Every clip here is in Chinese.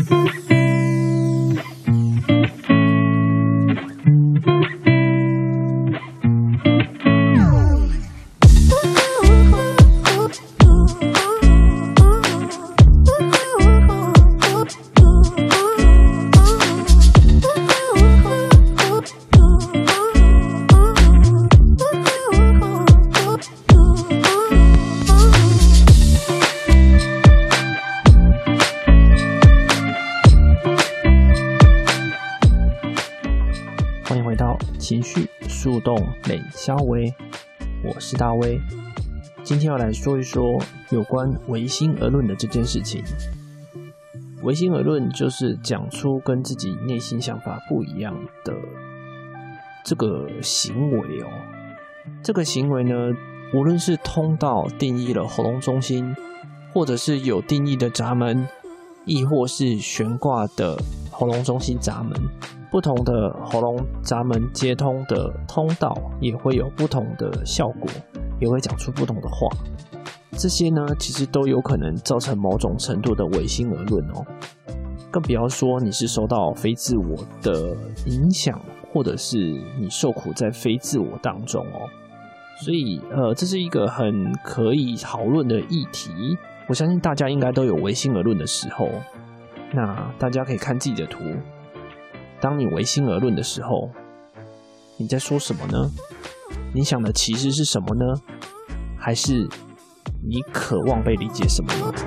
情绪速动美消微，我是大威。今天要来说一说有关唯心而论的这件事情。唯心而论就是讲出跟自己内心想法不一样的这个行为哦。这个行为呢，无论是通道定义了喉咙中心，或者是有定义的闸门，亦或是悬挂的喉咙中心闸门，不同的喉咙闸门接通的通道也会有不同的效果，也会讲出不同的话。这些呢，其实都有可能造成某种程度的唯心而论哦。更不要说你是受到非自我的影响，或者是你受苦在非自我当中哦。所以这是一个很可以讨论的议题。我相信大家应该都有唯心而论的时候。那大家可以看自己的图，当你唯心而论的时候，你在说什么呢？你想的其实是什么呢？还是你渴望被理解什么呢？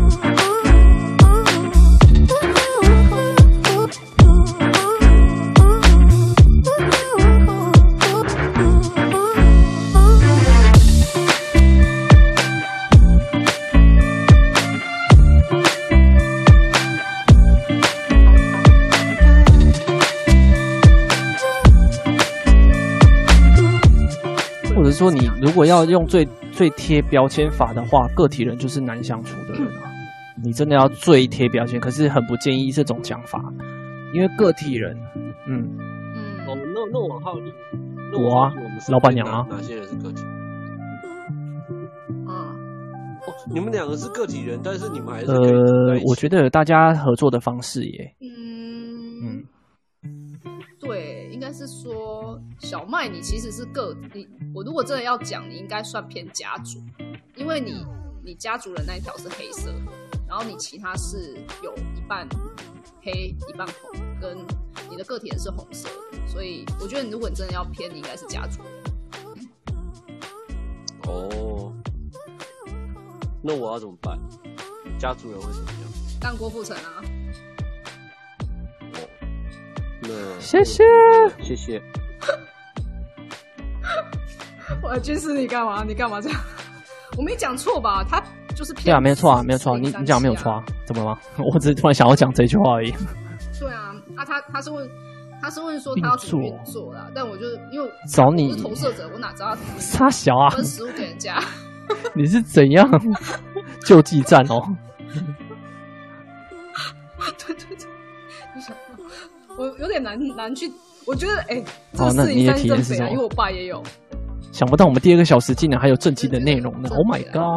或者说，你如果要用最贴标签法的话，个体人就是难相处的人啊。你真的要最贴标签，可是很不建议这种讲法，因为个体人， 那我好奇， 我啊，老板娘啊， 哪些人是个体？你们两个是个体人，但是你们还是我觉得有大家合作的方式耶。 对，应该是说小麦，你其实是我如果真的要讲，你应该算偏家族，因为你家族人那一条是黑色，然后你其他是有一半黑一半红，跟你的个体人是红色的，所以我觉得如果你真的要偏，你应该是家族人。 哦，那我要怎么办？家族人会怎么样？ 当郭富城啊。 谢谢。 我军师，你干嘛？你干嘛这样？我没讲错吧？他就是偏。 对啊，没有错啊，没有错啊，你讲没有错啊？怎么了吗？我只是突然想要讲这句话而已。 对啊，他是问说他要怎么运作啦，但我就因为找你我是投射者，我哪知道他傻小啊？ 分食物给人家。 你是怎样救济站哦？ 对，我有点难去，我觉得这那你的体验是什么？ 因为我爸也有。 想不到我们第2个小时竟然还有正经的内容呢 ！Oh my god！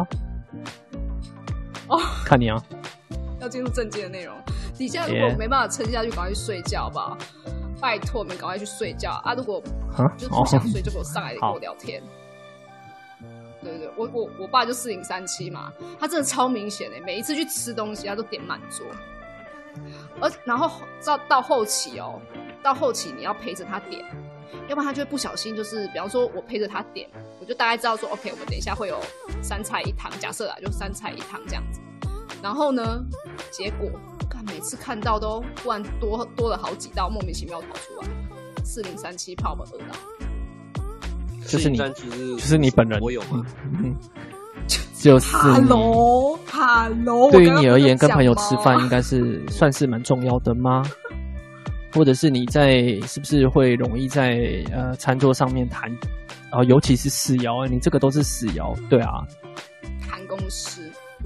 看你啊， 要进入正经的内容。底下如果没办法撑下去，赶快去睡觉，好不好？拜托你们赶快去睡觉啊！如果就是不想睡，就给我上来跟我聊天。对，我爸就4037嘛，他真的超明显每一次去吃东西，他都点满桌。然后到后期你要陪着他点，要不然他就会不小心，就是比方说我陪着他点，我就大概知道说 OK， 我们等一下会有3菜1汤，假设啦，就3菜1汤这样子。然后呢，结果每次看到都突然多了好几道，莫名其妙跑出来。4037怕我们饿到， 就是你本人， 我有吗？ 就是 Hello， 对于你而言，跟朋友吃饭应该是算是蛮重要的吗？或者是你是不是会容易在餐桌上面谈，尤其是死爻，你这个都是死爻，对啊， 谈公司。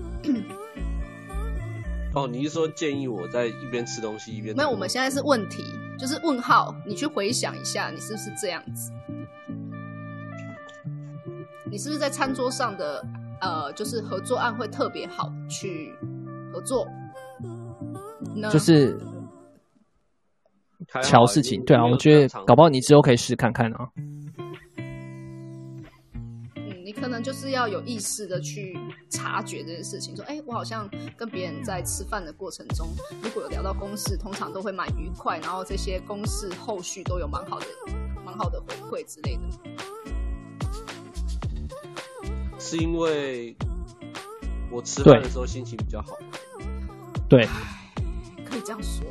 你是说建议我在一边吃东西一边？ 没有，我们现在是问题，就是问号，你去回想一下，你是不是这样子？你是不是在餐桌上的就是合作案会特别好去合作？ 就是瞧事情。对啊，我觉得搞不好你之后可以试看看啊。 你可能就是要有意识的去察觉这件事情，说，我好像跟别人在吃饭的过程中，如果有聊到公事，通常都会蛮愉快，然后这些公事后续都有蛮好的回馈之类的。 是因为我吃饭的时候心情比较好。 对， 可以这样说。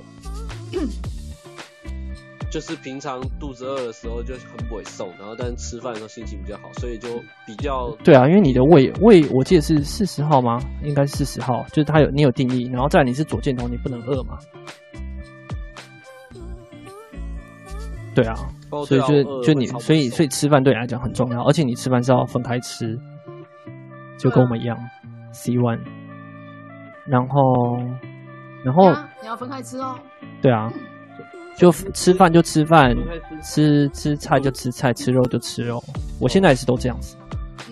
就是平常肚子饿的时候就很不会瘦，然后但是吃饭的时候心情比较好，所以就比较对啊，因为你的胃我记得是40号吗？应该是40号，就是你有定义，然后再来你是左箭头，你不能饿嘛。对啊，所以就你所以吃饭对你来讲很重要，而且你吃饭是要分开吃，就跟我们一样，C1，然后你要分开吃哦。 对啊。就吃饭就吃饭，吃菜就吃菜，吃肉就吃肉。我现在也是都这样子。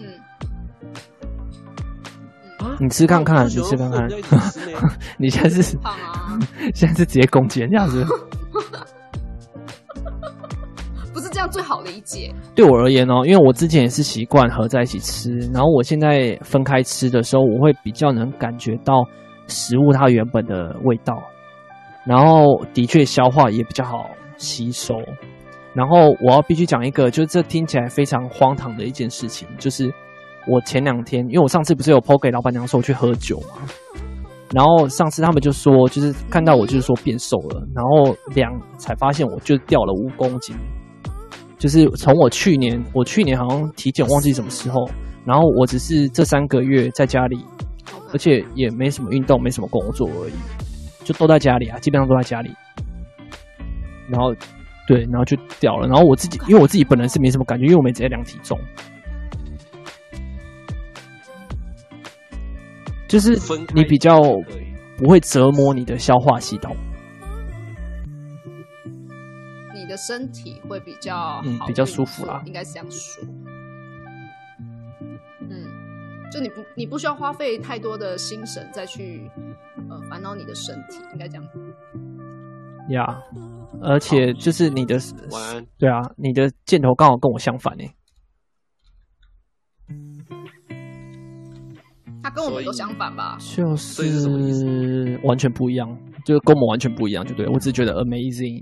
你吃看看，你吃看看。你现在是胖啊？ 现在是直接攻击人这样子。 不是这样最好理解。 对我而言哦，因为我之前也是习惯合在一起吃，然后我现在分开吃的时候，我会比较能感觉到食物它原本的味道。然后的确消化也比较好吸收，然后我要必须讲一个，就是这听起来非常荒唐的一件事情，就是我前2天，因为我上次不是有 po 给老板娘说我去喝酒嘛，然后上次他们就说，就是看到我就是说变瘦了，然后才发现我就掉了5公斤，就是从我去年好像体检忘记什么时候，然后我只是这3个月在家里，而且也没什么运动，没什么工作而已。就都在家里啊，基本上都在家里，然后就掉了。然后因为我自己本人是没什么感觉，因为我没直接量体重，就是你比较不会折磨你的消化系统， 你的身体会比较好， 比较舒服啦， 应该是这样说。就你不需要花费太多的心神再去烦恼你的身体，应该这样。 呀，而且就是你的对啊，你的箭头刚好跟我相反欸。 他跟我们都相反吧？ 就是完全不一样，就是跟我们完全不一样，就对。我只是觉得 amazing。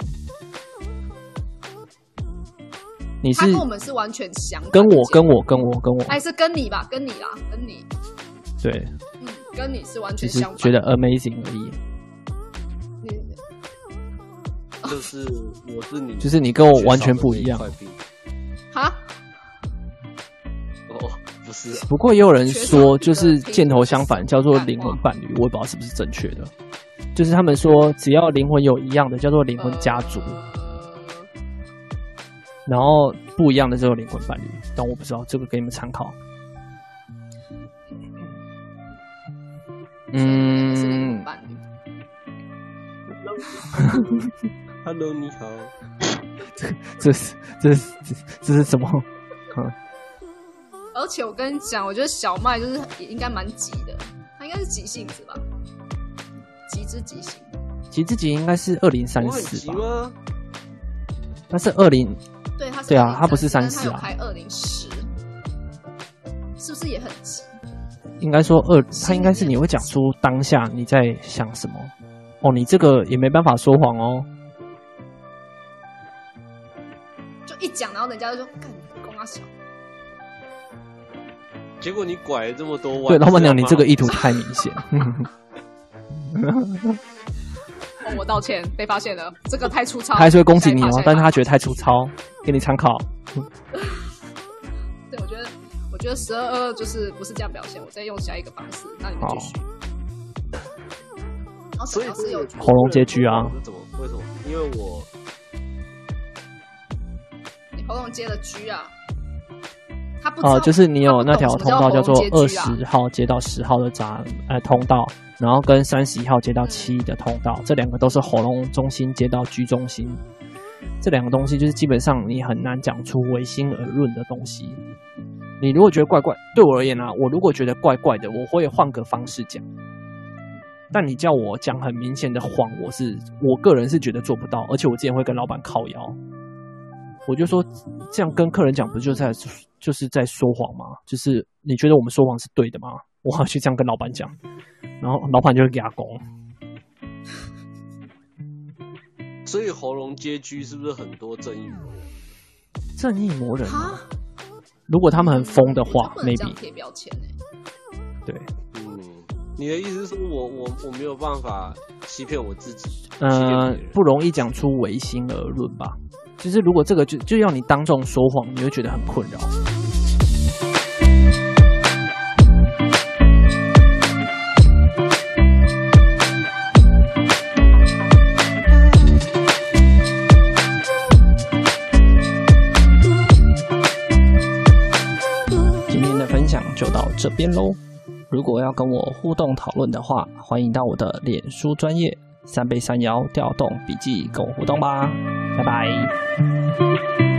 他跟我们是完全相反， 跟我， 还是跟你吧，跟你啦，跟你， 对， 跟你是完全相反， 只是觉得 amazing 而已。就是你跟我完全不一样。 哈？ 不是。 不过也有人说，就是箭头相反叫做灵魂伴侣，我也不知道是不是正确的。就是他们说，只要灵魂有一样的，叫做灵魂家族。然后不一样的只有灵魂伴侣，但我不知道，这个给你们参考。 是灵魂伴侣。 Hello， 你好。 这是什么？ 而且我跟你讲，我觉得小麦就是也应该蛮急的，他应该是急性子吧？急之极行。急之极应该是 2034吧？但是20。 对，他是对啊，他不是34啊， 他有开2010，是不是也很急？ 应该说他应该是你会讲出当下你在想什么哦，你这个也没办法说谎哦。 就一讲，然后人家就说：“干，你公阿小。” 结果你拐了这么多弯。 对，老板娘，你这个意图太明显。 我道歉，被发现了，这个太粗糙。 他还是会攻击你哦，但是他觉得太粗糙，给你参考。 对，我觉得12就是不是这样表现，我再用下一个方式，那你们继续。然后什么样是有喉咙结局啊？ 为什么？因为你喉咙接了局啊。 就是你有那条通道叫做20号接到10号的通道，然后跟31号接到7的通道，这2个都是喉咙中心接到G中心。这2个东西就是基本上你很难讲出唯心而论的东西。你如果觉得怪怪，对我而言啊，我如果觉得怪怪的，我会换个方式讲。 但你叫我讲很明显的谎，我个人是觉得做不到，而且我之前会跟老板靠腰，我就说这样跟客人讲不就是在说谎吗？就是你觉得我们说谎是对的吗？我要去这样跟老板讲，然后老板就会给他攻。 所以喉咙街居是不是很多正义魔人？ 正义魔人如果他们很疯的话 ，maybe 贴标签对， 你的意思是说我没有办法欺骗我自己？ 不容易讲出违心而论吧。就是如果这个就要你当众说谎，你会觉得很困扰。今天的分享就到这边咯。如果要跟我互动讨论的话，欢迎到我的脸书专页3杯3摇调动笔记跟我互动吧。拜拜。